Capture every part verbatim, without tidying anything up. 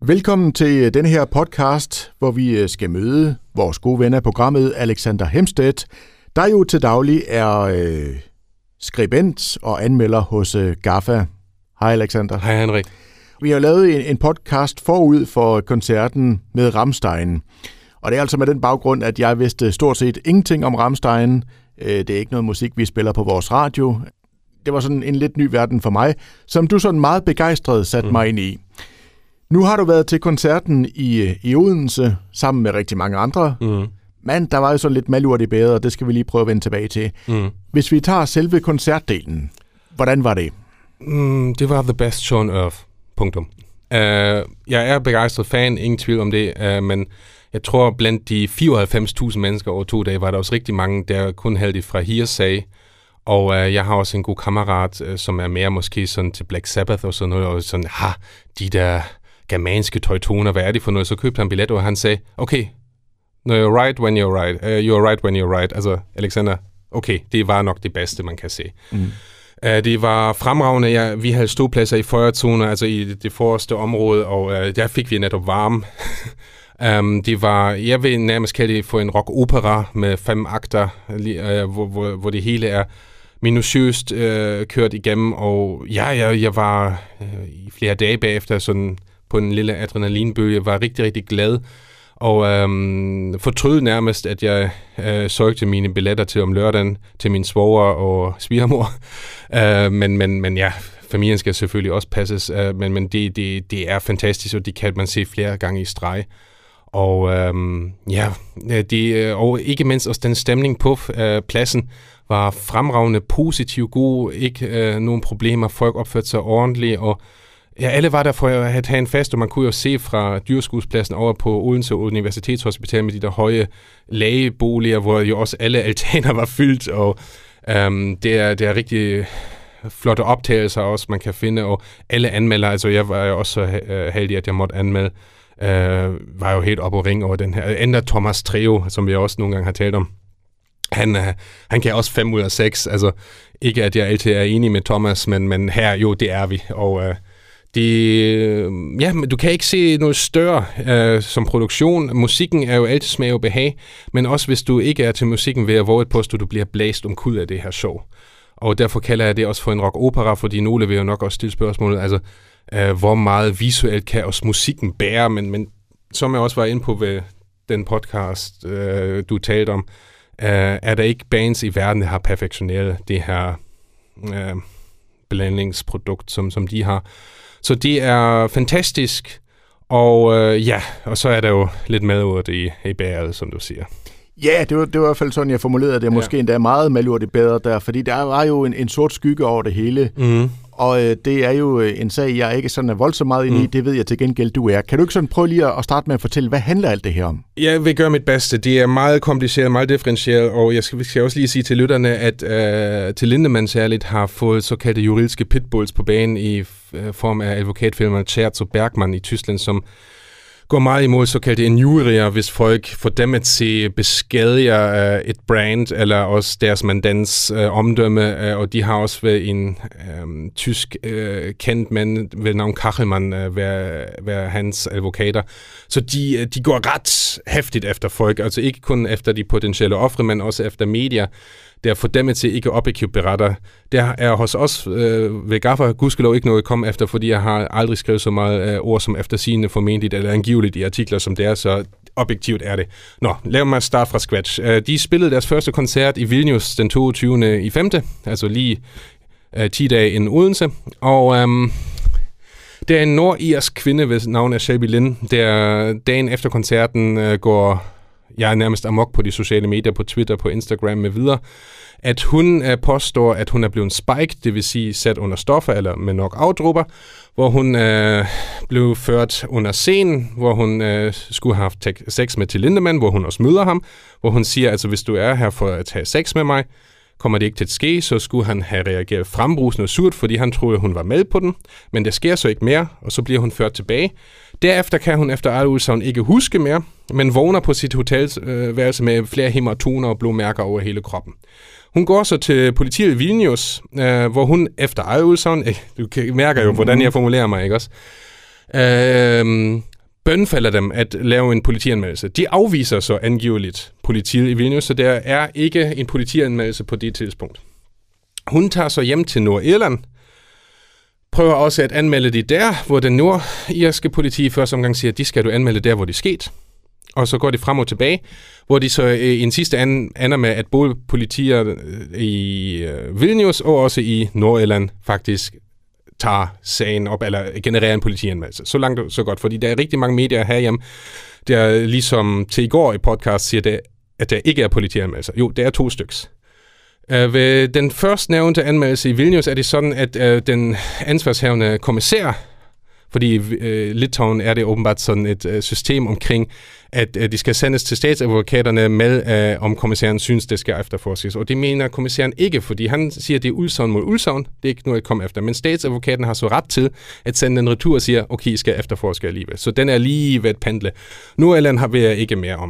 Velkommen til denne her podcast, hvor vi skal møde vores gode ven af programmet, Alexander Hemstedt, der jo til daglig er øh, skribent og anmelder hos øh, GAFFA. Hej Alexander. Hej Henrik. Vi har lavet en, en podcast forud for koncerten med Rammstein. Og det er altså med den baggrund, at jeg vidste stort set ingenting om Rammstein. Det er ikke noget musik, vi spiller på vores radio. Det var sådan en lidt ny verden for mig, som du sådan meget begejstret satte mm. mig ind i. Nu har du været til koncerten i, i Odense, sammen med rigtig mange andre. Mm. Men der var jo sådan lidt malurt i bæret, og det skal vi lige prøve at vende tilbage til. Mm. Hvis vi tager selve koncertdelen, hvordan var det? Mm, det var the best show on earth. Punktum. Uh, jeg er begejstret fan, ingen tvivl om det, uh, men jeg tror, blandt de fireoghalvfems tusind mennesker over to dage, var der også rigtig mange, der kun hældte fra hearsay. Og øh, jeg har også en god kammerat, øh, som er mere måske sådan til Black Sabbath og sådan noget, og sådan, ha, de der germanske tøjtoner, hvad er det for noget? Så købte han billet, og han sagde, okay, no, you're right when you're right, uh, you're right when you're right. Altså, Alexander, okay, det var nok det bedste, man kan se. Mm. Uh, det var fremragende. Ja, vi havde ståpladser i fyrre-zoner, altså i det, det forreste område, og uh, der fik vi netop varme. Um, det var, jeg vil nærmest kalde det for en rock-opera med fem akter, uh, hvor, hvor, hvor det hele er minutiøst uh, kørt igennem, og ja, jeg, jeg var uh, i flere dage bagefter sådan på en lille adrenalinbølge. Jeg var rigtig, rigtig glad, og um, fortrød nærmest, at jeg uh, søgte mine billetter til om lørdagen til min svoger og svigermor. Uh, men, men, men ja, familien skal selvfølgelig også passes, uh, men, men det, det, det er fantastisk, og det kan man se flere gange i streg. Og øhm, ja, det, og ikke mindst også den stemning på øh, pladsen var fremragende, positiv, god, ikke øh, nogen problemer, folk opførte sig ordentligt, og ja, alle var der for at have en fest, og man kunne jo se fra Dyrskuespladsen over på Odense Universitetshospital med de der høje lægeboliger, hvor jo også alle altaner var fyldt, og øhm, det, er, det er rigtig flotte optagelser også, man kan finde, og alle anmelder, altså jeg var jo også så heldig, at jeg måtte anmelde, Uh, var jo helt op og ringe over den her. Ender Thomas Treo, som vi også nogle gange har talt om, han, uh, han kan også fem ud af seks. Altså, ikke at jeg altid er enig med Thomas, men, men her, jo, det er vi. Og uh, det, uh, ja, men du kan ikke se noget større uh, som produktion. Musikken er jo altid smag og behag, men også hvis du ikke er til musikken, vil jeg våge et påstå, du bliver blæst omkuld af det her show. Og derfor kalder jeg det også for en rock-opera, fordi nogle vil jo nok også stille spørgsmålet, altså, Uh, hvor meget visuelt kan også musikken bære, men, men som jeg også var inde på ved den podcast, uh, du talte om, uh, er der ikke bands i verden, der har perfektioneret det her uh, blandingsprodukt, som, som de har. Så det er fantastisk, og uh, ja, og så er der jo lidt malurt i, i bæret, som du siger. Ja, det var, det var i hvert fald sådan, jeg formulerede det. Måske ja. endda meget malurt i bæret der, fordi der var jo en, en sort skygge over det hele. Mm. Og øh, det er jo en sag, jeg ikke sådan er voldsomt meget inde i. Mm. Det ved jeg til gengæld, du er. Kan du ikke sådan prøve lige at starte med at fortælle, hvad handler alt det her om? Jeg vil gøre mit bedste. Det er meget kompliceret, meget differentieret, og jeg skal, skal også lige sige til lytterne, at øh, til Lindemann særligt har fået såkaldte juridiske pitbulls på banen i øh, form af advokatfirmaet Scherz og Bergmann i Tyskland, som går meget imod såkaldte injurier, hvis folk får dem at se beskadiger uh, et brand, eller også deres mandants uh, omdømme, uh, og de har også været en um, tysk uh, kendt mand ved navn Kachelmann, uh, være, være hans advokater. Så de, de går ret hæftigt efter folk, altså ikke kun efter de potentielle ofre, men også efter medier, der får dem til ikke objektivt beretter. Der er hos os øh, ved GAFFA gudskelov ikke noget kom efter, fordi jeg har aldrig skrevet så meget øh, ord som eftersigende formentlig eller angiveligt i artikler som det er, så objektivt er det. Nå, lad mig starte fra scratch. Uh, de spillede deres første koncert i Vilnius den toogtyvende i femte, altså lige uh, ti dage inden Odense, og um, det er en nordirsk kvinde ved navn af Shelby Lynn, der dagen efter koncerten uh, går jeg er nærmest amok på de sociale medier, på Twitter, på Instagram med videre, at hun uh, påstår, at hun er blevet spiked, det vil sige sat under stoffer eller med knock-out-dropper, hvor hun uh, blev ført under scenen, hvor hun uh, skulle have haft sex med Till Lindemann, hvor hun også møder ham, hvor hun siger, altså hvis du er her for at have sex med mig, kommer det ikke til at ske, så skulle han have reageret frembrusende og surt, fordi han troede, hun var med på den, men det sker så ikke mere, og så bliver hun ført tilbage. Derefter kan hun efter eget udsagn ikke huske mere, men vågner på sit hotelværelse med flere hematomer og blodmærker over hele kroppen. Hun går så til politiet i Vilnius, øh, hvor hun efter eget udsagn, øh, du mærker jo, hvordan jeg formulerer mig, ikke også? Øh, bønfalder dem at lave en politianmeldelse. De afviser så angiveligt politiet i Vilnius, så der er ikke en politianmeldelse på det tidspunkt. Hun tager så hjem til Nordirland, prøver også at anmelde det der, hvor den nordirske politi i første omgang siger, at de skal du anmelde der, hvor det er sket. Og så går de frem og tilbage, hvor de så i en sidste ende ender med, at både politier i Vilnius og også i Nordirland faktisk tager sagen op, eller genererer en politianmeldelse. Så langt så godt, fordi der er rigtig mange medier herhjemme, der ligesom til i går i podcast siger, det, at der ikke er politianmeldelser. Jo, det er to styks. Uh, ved den først nævnte anmeldelse i Vilnius er det sådan, at uh, den ansvarshavende kommissær, fordi i uh, Litauen er det åbenbart sådan et uh, system omkring, at uh, de skal sendes til statsadvokaterne med, uh, om kommissæren synes, det skal efterforskes. Og det mener kommissæren ikke, fordi han siger, at det er udsagn mod udsagn. Det er ikke noget at komme efter. Men statsadvokaten har så ret til at sende en retur og siger, okay, I skal efterforske alligevel. Så den er lige ved at pendle. Nordirland har vi ikke mere om.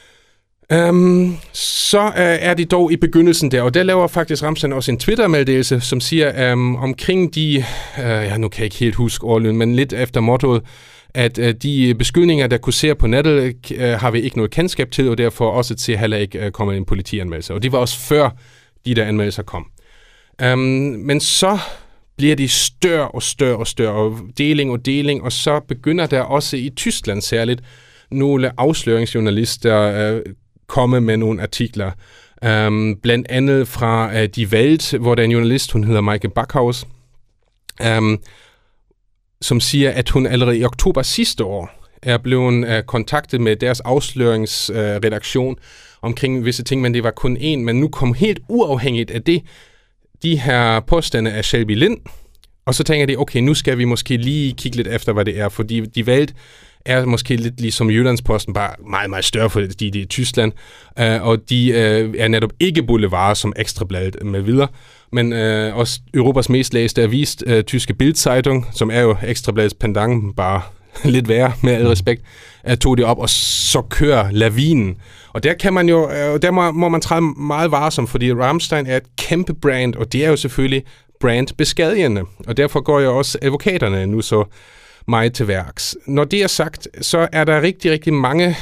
Um, så uh, er de dog i begyndelsen der, og der laver faktisk Rammstein også en Twitter-meddelelse, som siger um, omkring de, uh, ja nu kan jeg ikke helt huske ordlyden, men lidt efter mottoet, at uh, de beskyldninger, der kurserer på nettet, uh, har vi ikke noget kendskab til, og derfor også til heller ikke uh, kommer en politianmeldelse. Og det var også før de der anmeldelser kom. Um, men så bliver de større og større og større, og deling og deling, og så begynder der også i Tyskland særligt nogle afsløringsjournalister uh, komme med nogle artikler. Um, blandt andet fra uh, Die Welt, hvor der er en journalist, hun hedder Maike Backhaus, um, som siger, at hun allerede i oktober sidste år er blevet uh, kontaktet med deres afsløringsredaktion uh, omkring visse ting, men det var kun én, men nu kom helt uafhængigt af det, de her påstande af Shelby Lind, og så tænker de, okay, nu skal vi måske lige kigge lidt efter, hvad det er, fordi Die Welt er måske lidt ligesom Jyllandsposten, bare meget, meget større, fordi de er i Tyskland, øh, og de øh, er netop ikke boulevarder som Ekstrabladet med videre, men øh, også Europas mest læste avis, øh, tyske Bild-Zeitung, som er jo Ekstrabladets pendant, bare lidt værre, med al respekt, øh, tog det op, og så kører lavinen. Og der kan man jo, øh, der må, må man træde meget varsom, fordi Rammstein er et kæmpe brand, og det er jo selvfølgelig brandbeskadigende, og derfor går jo også advokaterne nu så meget til værks. Når det er sagt, så er der rigtig, rigtig mange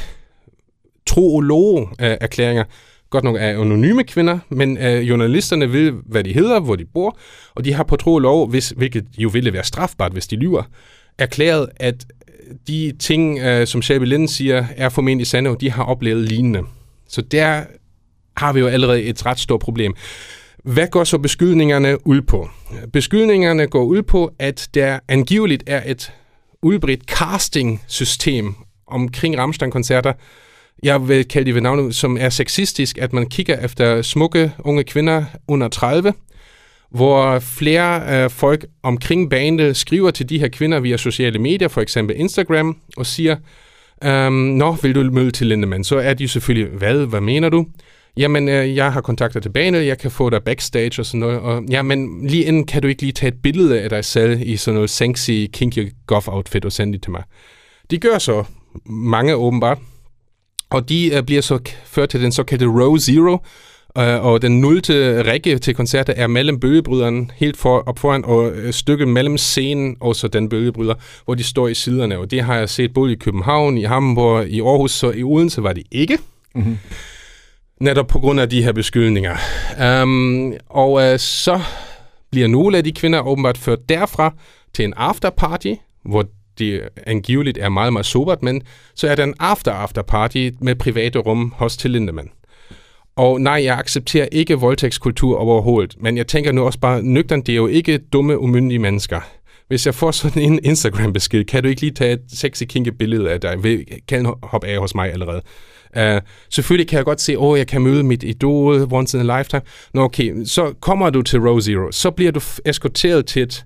troolog-erklæringer, godt nok af anonyme kvinder, men uh, journalisterne ved, hvad de hedder, hvor de bor, og de har på tro og lov, hvis, hvilket jo ville være strafbart, hvis de lyver, erklæret, at de ting, uh, som Shelby Lind siger, er formentlig sande, og de har oplevet lignende. Så der har vi jo allerede et ret stort problem. Hvad går så beskyldningerne ud på? Beskyldningerne går ud på, at der angiveligt er et udbredt casting-system omkring Rammstein-koncerter, jeg vil kalde det ved navnet, som er sexistisk, at man kigger efter smukke unge kvinder under tredive, hvor flere øh, folk omkring bandet skriver til de her kvinder via sociale medier, for eksempel Instagram, og siger, øhm, nå, vil du møde til Lindemann? Så er de selvfølgelig, hvad, hvad mener du? Jamen, øh, jeg har kontakter til bandet, jeg kan få dig backstage og sådan noget, og jamen, lige inden kan du ikke lige tage et billede af dig selv i sådan noget sexy, kinky goth-outfit og sende det til mig. De gør så mange åbenbart, og de øh, bliver så ført til den såkaldte Row Zero, øh, og den nullte række til koncerter er mellem bølgebryderen helt for, op foran, og øh, stykket mellem scenen og så den bølgebryder, hvor de står i siderne, og det har jeg set både i København, i Hamburg, i Aarhus, så i Odense var det ikke. Mm-hmm. Netop på grund af de her beskyldninger. Um, og uh, så bliver nogle af de kvinder åbenbart ført derfra til en afterparty, hvor det angiveligt er meget, meget sobert, men så er der en after-afterparty med private rum hos til Lindemann. Og nej, jeg accepterer ikke voldtægtskultur overhovedet, men jeg tænker nu også bare, nøgtern, det er jo ikke dumme, umyndige mennesker. Hvis jeg får sådan en Instagram-besked, kan du ikke lige tage et sexy, kinky billede af dig? Kan hoppe af hos mig allerede? Uh, selvfølgelig kan jeg godt se, åh, oh, jeg kan møde mit idol once in a lifetime. Nå, okay, så kommer du til Row Zero. Så bliver du eskorteret til, et,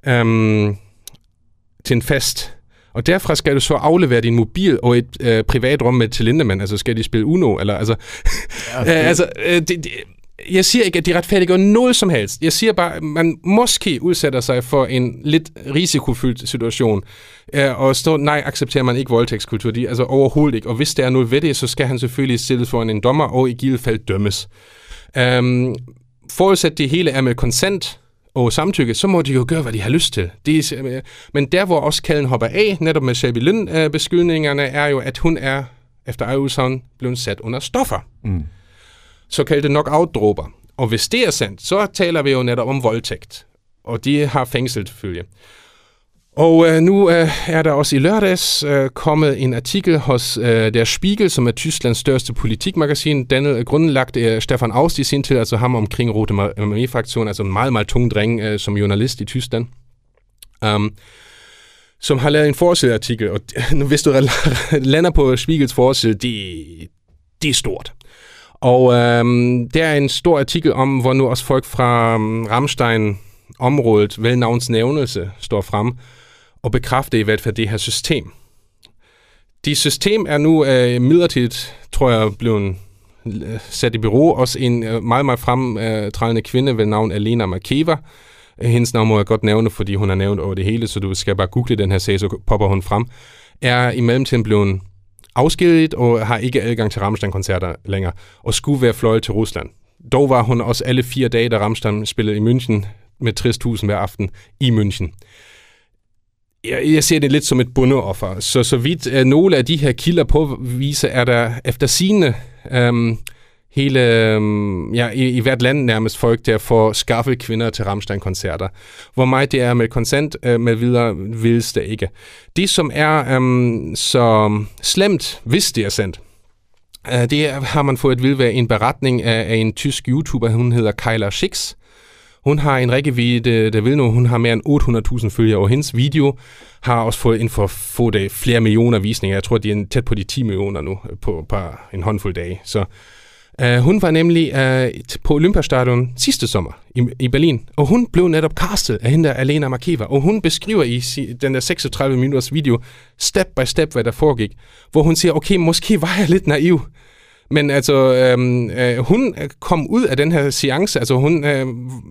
um, til en fest. Og derfra skal du så aflevere din mobil og et uh, privat rum med til Lindemann. Altså, skal de spille Uno? Eller, altså, ja, okay. uh, altså uh, det, det, jeg siger ikke, at de retfærdiggør noget som helst. Jeg siger bare, at man måske udsætter sig for en lidt risikofyldt situation. Uh, og stå, nej, accepterer man ikke voldtægtskultur. De, altså overhovedet ikke. Og hvis der er noget ved det, så skal han selvfølgelig stilles for en dommer og i givet fald dømmes. Um, forudsat det hele er med consent, og samtykke, så må de jo gøre, hvad de har lyst til. De, men der, hvor også kalden hopper af, netop med Shelby Lynn-beskyldningerne, er jo, at hun er, efter eget udsagn, blevet sat under stoffer. Mm. Såkaldte knockout-dråber. Og hvis det er sandt, så taler vi jo netop om voldtægt. Og de har fængsel til følge. Og øh, nu øh, er der også i lørdags øh, kommet en artikel hos øh, Der Spiegel, som er Tysklands største politikmagasin. Denne grundlagt af Stefan Aust i sin tid, altså ham omkring Rote Armee-fraktionen, altså en meget, meget tung dreng øh, som journalist i Tyskland, um, som har lavet en forsideartikel. Og hvis du lander på Spiegels forside, det, det er stort. Og øhm, der er en stor artikel om, hvor nu også folk fra um, Rammstein-området, velnavnsnævnelse, står frem og bekræfter i hvert fald det her system. Det system er nu øh, midlertidigt, tror jeg, blevet øh, sat i bero. Også en øh, meget, meget fremtrædende kvinde ved navn Alena Makeva. Hendes navn må jeg godt nævne, fordi hun er nævnt over det hele, så du skal bare google den her sag, så popper hun frem. Er i mellemtiden blevet afskediget og har ikke adgang til Rammstein-koncerter længere, og skulle være fløjet til Rusland. Dog var hun også alle fire dage, da Rammstein spillede i München, med tres tusind hver aften i München. Jeg, jeg ser det lidt som et bundeoffer. Så så vidt uh, nogle af de her kilder påviser, er der efter sigende um, hele, um, ja, i, i hvert land nærmest folk, der får skaffet kvinder til Rammstein-koncerter. Hvor meget det er med konsent, uh, med videre, vides det ikke. Det, som er um, så slemt, hvis det er sandt, uh, det er, har man fået at vide ved en beretning af, af en tysk YouTuber, hun hedder Kyla Schicks. Hun har en rækkevidde, der vil nu, hun har mere end otte hundrede tusind følgere, og hendes video har også fået inden for få dage flere millioner visninger. Jeg tror, de er tæt på de ti millioner nu på, på en håndfuld dage. Så uh, hun var nemlig uh, på Olympiastadion sidste sommer i, i Berlin, og hun blev netop castet af hende der Alena Makeva, og hun beskriver i si, den der seksogtredive minutters video, step by step, hvad der foregik, hvor hun siger, okay, måske var jeg lidt naiv. Men altså, øhm, øh, hun kom ud af den her seance, altså hun, øh,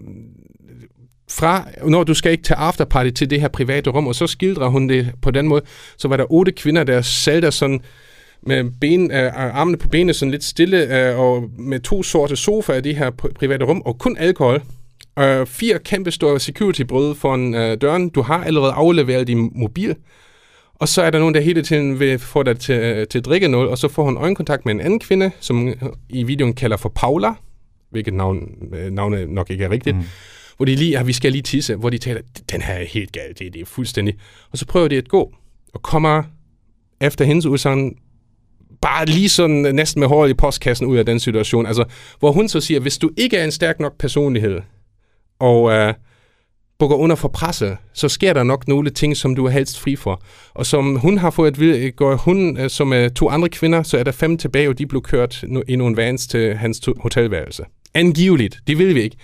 fra, når du skal ikke til afterparty til det her private rum, og så skildrer hun det på den måde, så var der otte kvinder, der sad der sådan med ben, øh, armene på benene sådan lidt stille, øh, og med to sorte sofaer i det her private rum, og kun alkohol. Øh, fire kæmpe store security-brød foran øh, døren. Du har allerede afleveret din mobil. Og så er der nogen, der hele tiden vil få dig til, til at drikke noget, og så får hun øjenkontakt med en anden kvinde, som i videoen kalder for Paula, hvilket navn, navnet nok ikke er rigtigt, mm. hvor de lige, ja, vi skal lige tisse, hvor de taler, den her er helt galt, det, det er fuldstændig. Og så prøver de at gå, og kommer efter hendes udsagn, bare lige sådan næsten med håret i postkassen ud af den situation. Altså, hvor hun så siger, hvis du ikke er en stærk nok personlighed, og øh, bukker under for presse, så sker der nok nogle ting, som du er helst fri for. Og som hun har fået at vide, går hun som med to andre kvinder, så er der fem tilbage, og de blev kørt i nogle vans til hans hotelværelse. Angiveligt, det vil vi ikke.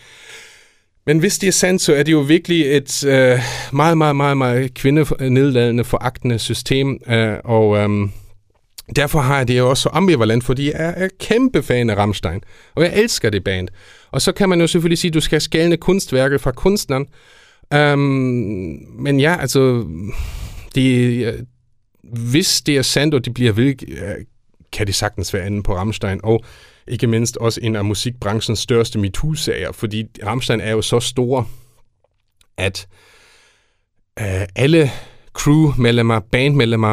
Men hvis det er sandt, så er det jo virkelig et øh, meget, meget, meget, meget kvindenedladende, foragtende system, øh, og øh, derfor har jeg det jo også så ambivalent, fordi jeg er kæmpe fan af Rammstein, og jeg elsker det band. Og så kan man jo selvfølgelig sige, at du skal skelne kunstværket fra kunstneren. Um, men ja, altså, det, hvis det er sandt, og de bliver ved, kan det sagtens være anden på Rammstein, og ikke mindst også en af musikbranchens største MeToo-sager, fordi Rammstein er jo så store, at uh, alle crewmedlemmer, bandmedlemmer,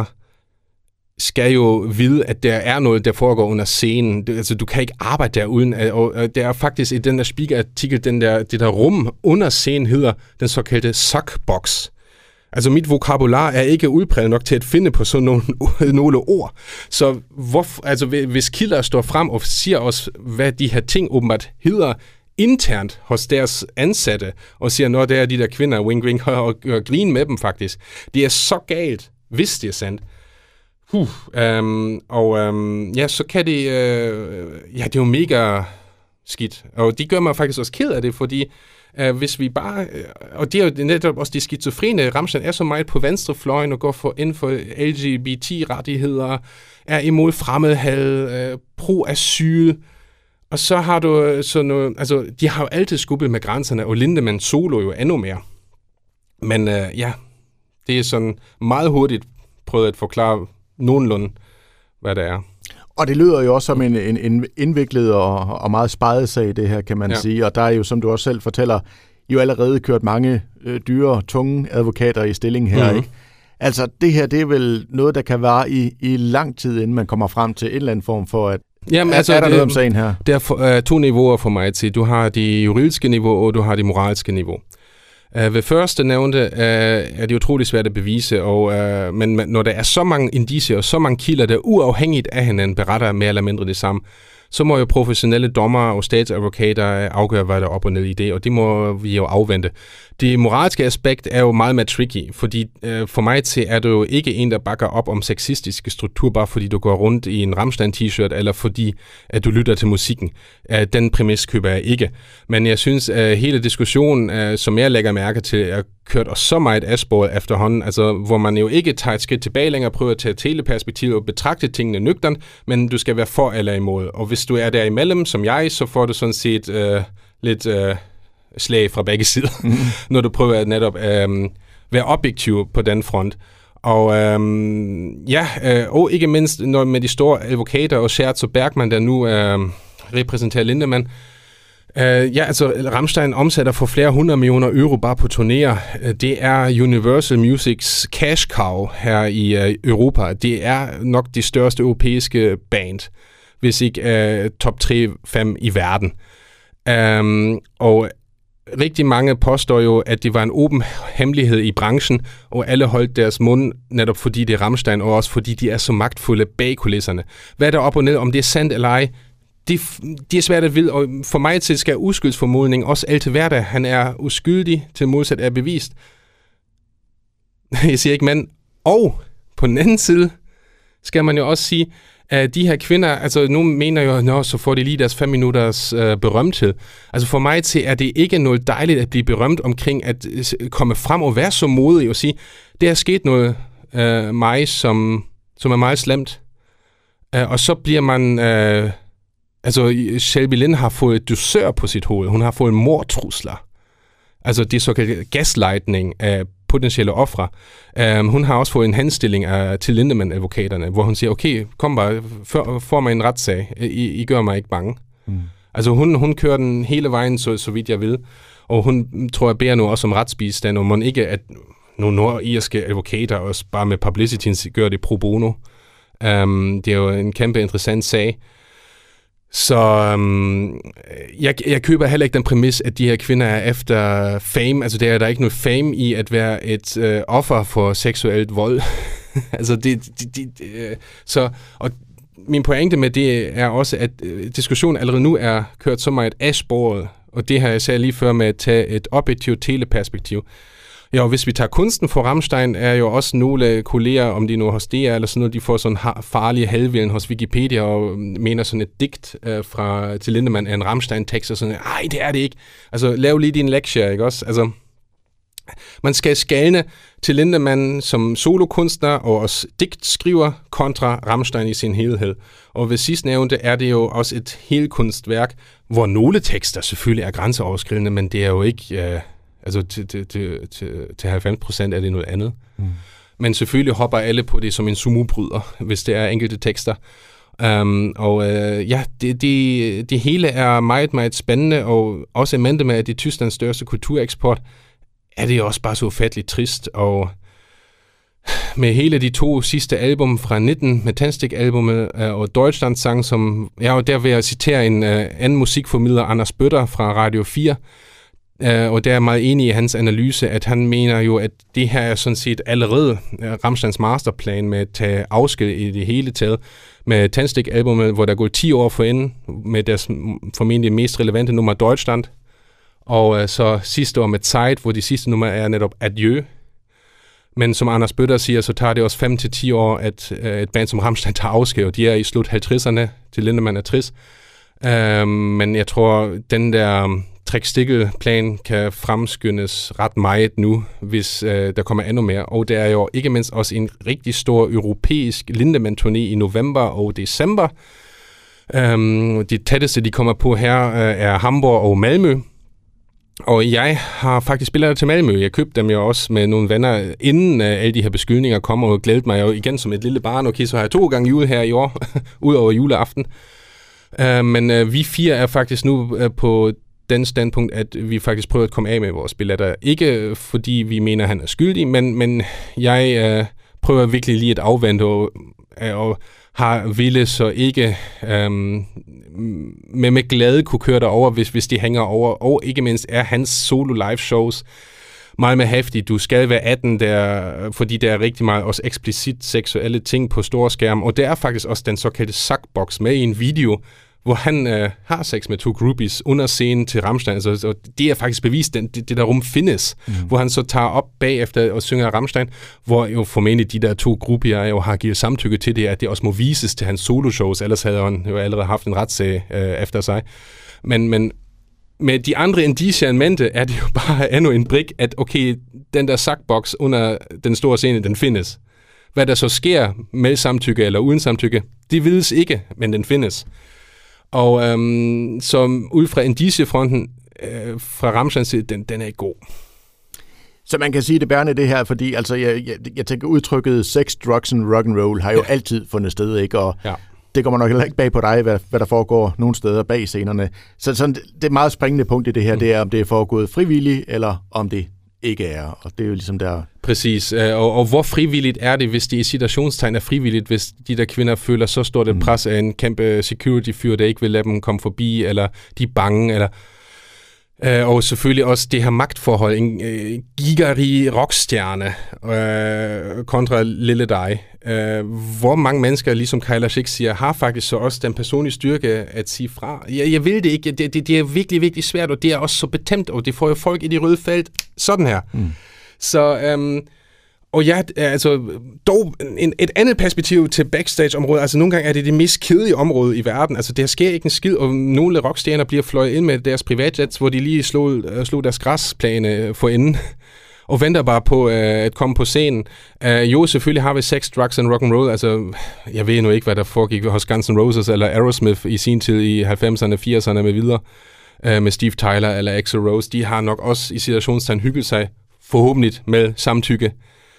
skal jo vide, at der er noget, der foregår under scenen. Du, altså, du kan ikke arbejde der uden, og, og der er faktisk i den der Spiegel-artikel, den der, det der rum under scenen hedder den såkaldte sockbox. Altså, mit vokabular er ikke udpræget nok til at finde på sådan nogle, nogle ord. Så hvor, altså, hvis kilder står frem og siger os, hvad de her ting åbenbart hedder internt hos deres ansatte, og siger, når det er de der kvinder, wink, wink, og, og grine med dem faktisk. Det er så galt, hvis det er sandt. Uh, um, og um, ja, så kan det, uh, ja, det er jo mega skidt, og det gør mig faktisk også ked af det, fordi uh, hvis vi bare, uh, og det er jo netop også de skizofrene, Rammstein er så meget på venstrefløjen og går for, inden for L G B T-rettigheder, er imod fremmedhad, uh, pro-asyl, og så har du sådan noget, altså de har jo altid skubbet med grænserne, og Lindemann solo jo endnu mere, men uh, ja, det er sådan meget hurtigt prøvet at forklare nogenlunde, hvad det er. Og det lyder jo også som en, en, en indviklet og, og meget spejet sag, det her, kan man ja. sige. Og der er jo, som du også selv fortæller, jo allerede kørt mange øh, dyre, tunge advokater i stilling her, mm. ikke? Altså, det her, det er vel noget, der kan vare i, i lang tid, inden man kommer frem til en eller anden form for, at Jamen, er, altså, er der det, noget om sagen her? Der er for, uh, to niveauer for mig til. Du har det juridiske niveau, og du har det moralske niveau. Uh, ved første nævnte uh, er det utrolig svært at bevise, og, uh, men når der er så mange indicier og så mange kilder, der uafhængigt af hinanden beretter mere eller mindre det samme, så må jo professionelle dommere og statsadvokater afgøre, hvad der er op og ned i det, og det må vi jo afvente. Det moralske aspekt er jo meget mere tricky, fordi øh, for mig til er du jo ikke en, der bakker op om sexistiske struktur, bare fordi du går rundt i en Rammstein-t-shirt, eller fordi at du lytter til musikken. Øh, den præmis køber jeg ikke. Men jeg synes, at øh, hele diskussionen, øh, som jeg lægger mærke til, er kørt og så meget asbordet efterhånden, altså hvor man jo ikke tager et skridt tilbage længere, prøver at tage teleperspektiv og betragte tingene nøgternt, men du skal være for eller imod. Og hvis du er der imellem, som jeg, så får du sådan set øh, lidt øh, slag fra begge sider, mm. når du prøver at netop øh, være objektiv på den front. Og øh, ja, øh, og ikke mindst når med de store advokater og Schertz og Bergman, der nu øh, repræsenterer Lindemann. Uh, ja, altså Rammstein omsætter for flere hundrede millioner euro bare på turnéer. Uh, det er Universal Musics cash cow her i uh, Europa. Det er nok de største europæiske band, hvis ikke uh, top tre fem i verden. Um, og rigtig mange påstår jo, at det var en åben hemmelighed i branchen, og alle holdt deres mund netop fordi det er Rammstein, og også fordi de er så magtfulde bag kulisserne. Hvad er der op og ned, om det er sandt eller ej? Det, det er svært at vide, og for mig til skal uskyldsformodning også alt til hverdag. Han er uskyldig til modsat er bevist. Jeg siger ikke men. Og på den anden side skal man jo også sige, at de her kvinder, altså nu mener jeg jo, så får de lige deres fem minutters øh, berømthed. Altså for mig til er det ikke noget dejligt at blive berømt omkring at komme frem og være så modig og sige, det er sket noget øh, mig, som, som er meget slemt. Uh, og så bliver man... Øh, Altså, Shelby Lynn har fået et dusør på sit hoved. Hun har fået mordtrusler. Altså, det såkaldte gaslightning af potentielle ofre. Um, hun har også fået en henstilling af, til Lindemann-advokaterne, hvor hun siger, okay, kom bare, for, for mig en retssag. I, I gør mig ikke bange. Mm. Altså, hun, hun kører den hele vejen, så, så vidt jeg ved. Og hun, tror jeg, beder nu også om retsbistand, og man ikke, at nogle nordirske advokater også bare med publicity gør det pro bono. Um, det er jo en kæmpe interessant sag. Så um, jeg, jeg køber heller ikke den præmis, at de her kvinder er efter fame. Altså, der er der ikke noget fame i at være et øh, offer for seksuelt vold. altså, det, det, det, det, så, og min pointe med det er også, at øh, diskussionen allerede nu er kørt så meget af sporet, og det har jeg sagt lige før med at tage et objektivt teleperspektiv. Ja, og hvis vi tager kunsten for Rammstein, er jo også nogle kolleger, om de nu hos D R eller sådan noget, de får sådan farlige halvvilden hos Wikipedia og mener sådan et digt øh, fra til Lindemann af en Rammstein-tekst og sådan, ej, det er det ikke. Altså, lav lige din lektie, ikke også? Altså, man skal skalne til Lindemann som solokunstner og også digtskriver kontra Rammstein i sin helhed. Og ved sidstnævnte er det jo også et helt kunstværk, hvor nogle tekster selvfølgelig er grænseoverskridende, men det er jo ikke... Øh, Altså til, til, til, til, til halvfems procent er det noget andet. Mm. Men selvfølgelig hopper alle på det som en sumobryder, hvis det er enkelte tekster. Um, og uh, ja, det, det, det hele er meget, meget spændende, og også imellem med, at det er Tysklands største kultureksport, er det også bare så ufatteligt trist. Og med hele de to sidste album fra nitten, med Tanzstik-albummet uh, og Deutschland-sang, som jeg ja, der vil jeg citere en uh, anden musikformidler, Anders Bøtter fra Radio fire, Uh, og der er meget enig i hans analyse, at han mener jo, at det her er sådan set allerede uh, Rammsteins masterplan med at tage afsked i det hele taget. Med Tanzstik-albumet, hvor der går ti år forinden, med deres formentlig mest relevante nummer Deutschland. Og uh, så sidste år med Zeit, hvor de sidste nummer er netop Adieu. Men som Anders Bøtter siger, så tager det også fem til ti år, at uh, et band som Rammstein tager afsked, og de er i slut halvtredserne, til Lindemann er tres. Uh, men jeg tror, den der... Træk-stikkel-plan kan fremskyndes ret meget nu, hvis øh, der kommer endnu mere. Og der er jo ikke mindst også en rigtig stor europæisk Lindemann-turné i november og december. Um, det tætteste, de kommer på her, øh, er Hamburg og Malmø. Og jeg har faktisk spillet til Malmø. Jeg købte dem jo også med nogle venner, inden øh, alle de her beskyldninger kom, og glædede mig jo igen som et lille barn. Okay, så har jeg to gange jule her i år, ud over juleaften. Uh, men uh, vi fire er faktisk nu uh, på den standpunkt, at vi faktisk prøver at komme af med vores billetter. Ikke fordi vi mener, at han er skyldig, men, men jeg øh, prøver virkelig lige at afvente og, og har ville så ikke øhm, med, med glæde kunne køre derover, hvis, hvis de hænger over. Og ikke mindst er hans solo live shows meget mere hæftigt. Du skal være atten, der, fordi der er rigtig meget også eksplicit seksuelle ting på store skærm. Og der er faktisk også den såkaldte Suckbox med i en video, hvor han øh, har sex med to groupies under scenen til Rammstein. Altså, så det er faktisk bevist, den, det, det der rum findes. Mm. Hvor han så tager op bagefter og synger Rammstein, hvor jo formentlig de der to groupier jo har givet samtykke til det, at det også må vises til hans soloshows. Ellers havde han jo allerede haft en retssag øh, efter sig. Men, men med de andre indicier end mente, er det jo bare endnu en brik, at okay, den der Suckbox under den store scene, den findes. Hvad der så sker med samtykke eller uden samtykke, det vides ikke, men den findes. Og øhm, som ud fra indiciefronten øh, fra Rammsteins side, den, den er ikke god. Så man kan sige det bærende det her, fordi altså, jeg, jeg, jeg tænker udtrykket sex, drugs and rock and roll har jo ja. altid fundet sted, ikke? Og ja. det kommer nok heller ikke bag på dig, hvad, hvad der foregår nogle steder bag scenerne. Så sådan, det meget springende punkt i det her, mm. det er, om det er foregået frivilligt, eller om det ikke er. Og det er jo ligesom der... Præcis. Og, og hvor frivilligt er det, hvis det i citationstegn er frivilligt, hvis de der kvinder føler så stort et pres af en kæmpe security-fyr, der ikke vil lade dem komme forbi, eller de er bange, eller... Uh, og selvfølgelig også det her magtforhold, en uh, gigarig rockstjerne uh, kontra lille dig. Uh, hvor mange mennesker, ligesom Kailash ikke siger, har faktisk så også den personlige styrke at sige fra. Jeg, jeg vil det ikke. Det, det, det er virkelig, virkelig svært, og det er også så betæmt, og det får jo folk i de røde felt sådan her. Mm. Så... Um, Og ja, altså, dog en, et andet perspektiv til backstage-området, altså nogle gange er det det mest kedelige område i verden, altså der sker ikke en skid, og nogle rockstjerner bliver fløjet ind med deres privatjets, hvor de lige slog, slog deres græsplæne for enden, og venter bare på uh, at komme på scenen. Uh, jo, selvfølgelig har vi sex, drugs and rock and roll, altså, jeg ved nu ikke, hvad der foregik hos Guns N' Roses eller Aerosmith i sin tid i halvfemserne, firserne med videre, uh, med Steve Tyler eller Axl Rose, de har nok også i situationstegn hygget sig, forhåbentlig med samtykke.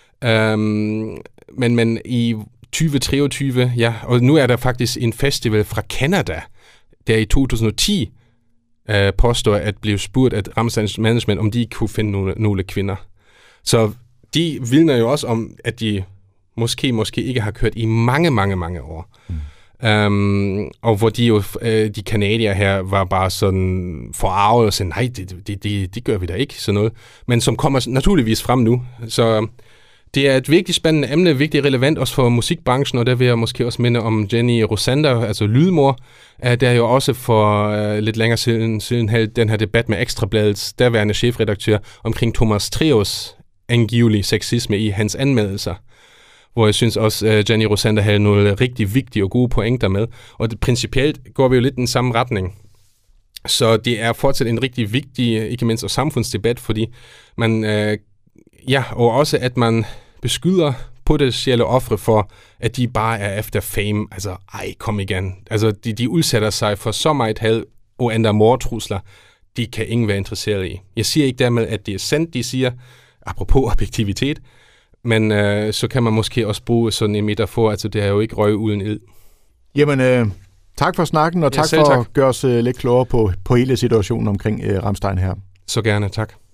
Um, men, men i tyve treogtyve, ja, og nu er der faktisk en festival fra Canada, der i to tusind og ti uh, påstår at blive spurgt af Rammsteins management, om de kunne finde nogle, nogle kvinder. Så de vidner jo også om, at de måske, måske ikke har kørt i mange, mange, mange år. Mm. Um, og hvor de jo, uh, de kanadier her, var bare sådan forarvet og sagde, nej, det, det, det, det gør vi da ikke, sådan noget. Men som kommer naturligvis frem nu, så... Det er et virkelig spændende emne, virkelig relevant også for musikbranchen, og der vil jeg måske også minde om Jenny Rosander, altså lydmor, der er jo også for uh, lidt længere siden, siden havde den her debat med Ekstrabladets derværende chefredaktør omkring Thomas Treos angivelig sexisme i hans anmeldelser, hvor jeg synes også, uh, Jenny Rosander havde nogle rigtig vigtige og gode pointer med, og det, principielt går vi jo lidt i den samme retning. Så det er fortsat en rigtig vigtig, ikke mindst, og samfundsdebat, fordi man... Uh, Ja, og også at man beskyder potentielle ofre for, at de bare er efter fame. Altså, ej, kom igen. Altså, de, de udsætter sig for så meget had og andre mordtrusler, de kan ingen være interesseret i. Jeg siger ikke dermed, at det er sandt, de siger, apropos objektivitet, men øh, så kan man måske også bruge sådan en metafor, altså det er jo ikke røg uden ild. Jamen, øh, tak for snakken, og tak ja, for tak. at gøre os øh, lidt klogere på, på hele situationen omkring øh, Rammstein her. Så gerne, tak.